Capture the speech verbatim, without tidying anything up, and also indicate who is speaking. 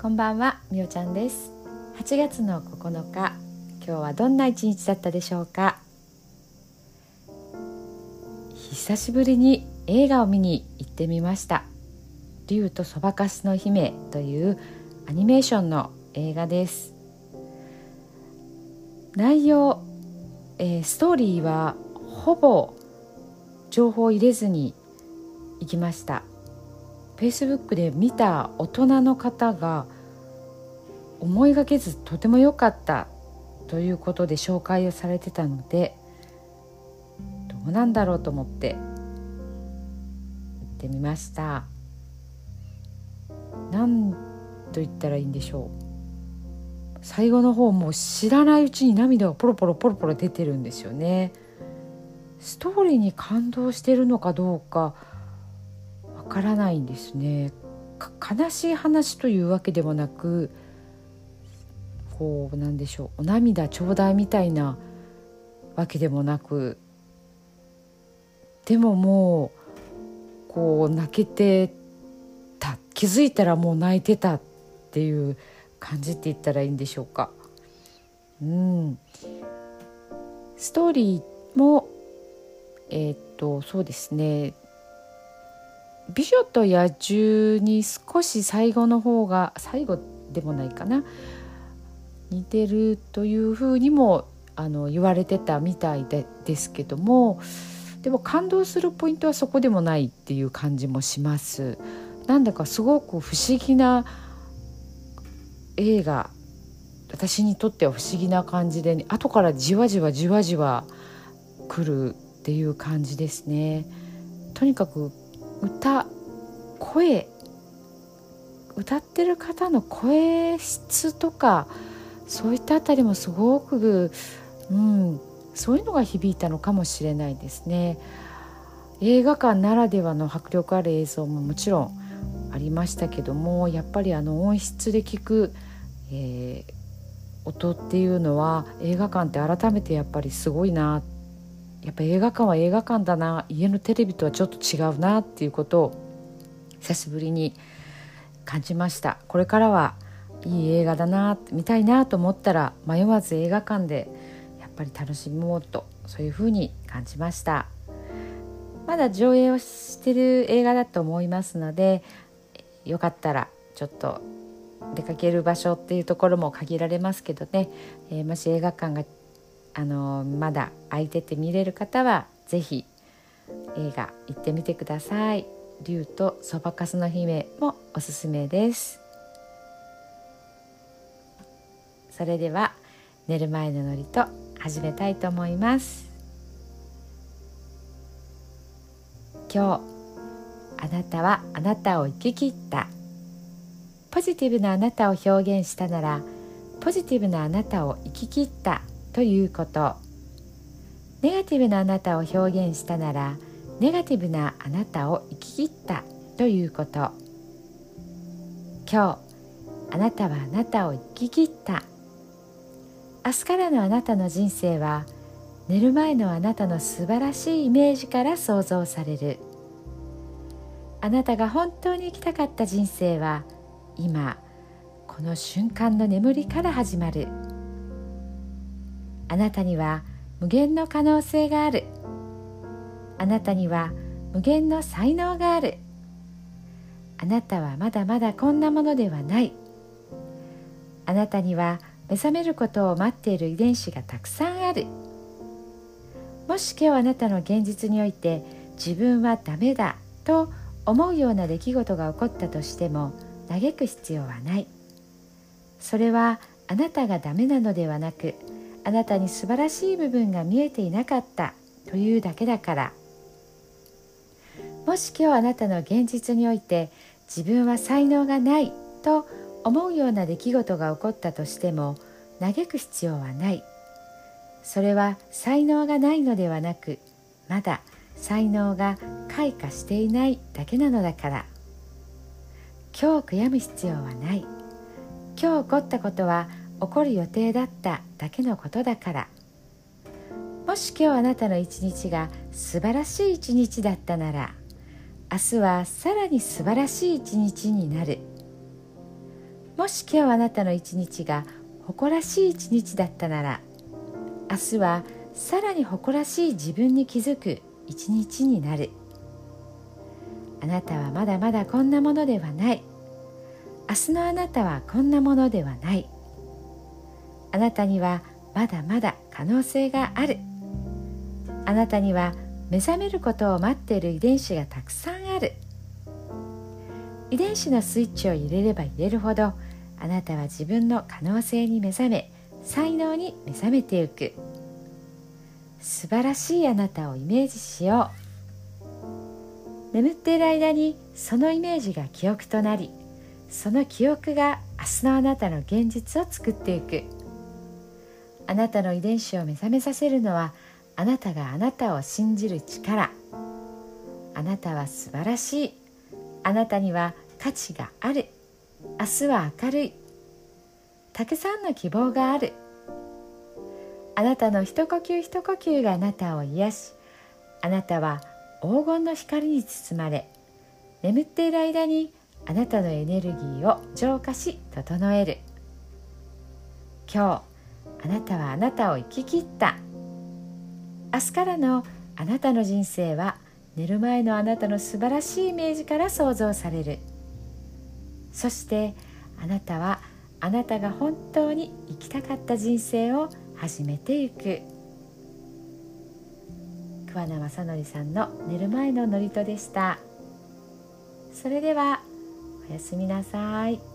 Speaker 1: こんばんは、みおちゃんです。はちがつのここのか、今日はどんな一日だったでしょうか。久しぶりに映画を見に行ってみました。竜とそばかすの姫というアニメーションの映画です。内容、えー、ストーリーはほぼ情報を入れずに行きました。Facebook で見た大人の方が思いがけずとても良かったということで紹介をされてたので、どうなんだろうと思って行ってみました。なんと言ったらいいんでしょう。最後の方もう知らないうちに涙がポロポロポロポロ出てるんですよね。ストーリーに感動してるのかどうかわからないんですね。悲しい話というわけでもなく、こうなんでしょう、お涙ちょうだいみたいなわけでもなく、でももうこう泣けてた、気づいたらもう泣いてたっていう感じって言ったらいいんでしょうか。うん、ストーリーもえー、っとそうですね、美女と野獣に少し最後の方が、最後でもないかな、似てるというふうにもあの言われてたみたいでですけども、でも感動するポイントはそこでもないっていう感じもします。なんだかすごく不思議な映画、私にとっては不思議な感じで、ね、後からじわじわじわじわ来るっていう感じですね。とにかく歌、声、歌ってる方の声質とか、そういったあたりもすごく、うん、そういうのが響いたのかもしれないですね。映画館ならではの迫力ある映像ももちろんありましたけども、やっぱりあの音質で聞く、えー、音っていうのは映画館って改めてやっぱりすごいな、やっぱ映画館は映画館だな、家のテレビとはちょっと違うなっていうことを久しぶりに感じました。これからはいい映画だな、見たいなと思ったら迷わず映画館でやっぱり楽しもうと、そういうふうに感じました。まだ上映をしている映画だと思いますので、よかったらちょっと出かける場所っていうところも限られますけどね、えー、もし映画館があのー、まだ空いてて見れる方はぜひ映画行ってみてください。竜とそばかすの姫もおすすめです。それでは寝る前の祝詞始めたいと思います。今日あなたはあなたを生き切った。ポジティブなあなたを表現したなら、ポジティブなあなたを生き切ったということ。ネガティブなあなたを表現したなら、ネガティブなあなたを生き切ったということ。今日あなたはあなたを生き切った。明日からのあなたの人生は、寝る前のあなたの素晴らしいイメージから想像される。あなたが本当に生きたかった人生は、今この瞬間の眠りから始まる。あなたには無限の可能性がある。あなたには無限の才能がある。あなたはまだまだこんなものではない。あなたには目覚めることを待っている遺伝子がたくさんある。もし今日あなたの現実において自分はダメだと思うような出来事が起こったとしても、嘆く必要はない。それはあなたがダメなのではなく、あなたに素晴らしい部分が見えていなかったというだけだから。もし今日あなたの現実において自分は才能がないと思うような出来事が起こったとしても、嘆く必要はない。それは才能がないのではなく、まだ才能が開花していないだけなのだから。今日悔やむ必要はない。今日起こったことは起こる予定だっただけのことだから。もし今日あなたの一日が素晴らしい一日だったなら、明日はさらに素晴らしい一日になる。 もし今日あなたの一日が誇らしい一日だったなら、明日はさらに誇らしい自分に気づく一日になる。あなたはまだまだこんなものではない。明日のあなたはこんなものではない。あなたにはまだまだ可能性がある。あなたには目覚めることを待っている遺伝子がたくさんある。遺伝子のスイッチを入れれば入れるほど、あなたは自分の可能性に目覚め、才能に目覚めていく。素晴らしいあなたをイメージしよう。眠っている間にそのイメージが記憶となり、その記憶が明日のあなたの現実を作っていく。あなたの遺伝子を目覚めさせるのは、あなたがあなたを信じる力。あなたは素晴らしい。あなたには価値がある。明日は明るい。たくさんの希望がある。あなたの一呼吸一呼吸があなたを癒し、あなたは黄金の光に包まれ、眠っている間にあなたのエネルギーを浄化し整える。今日あなたはあなたを生き切った。明日からのあなたの人生は、寝る前のあなたの素晴らしいイメージから想像される。そしてあなたはあなたが本当に生きたかった人生を始めていく。桑名正則さんの寝る前の祝詞でした。それではおやすみなさい。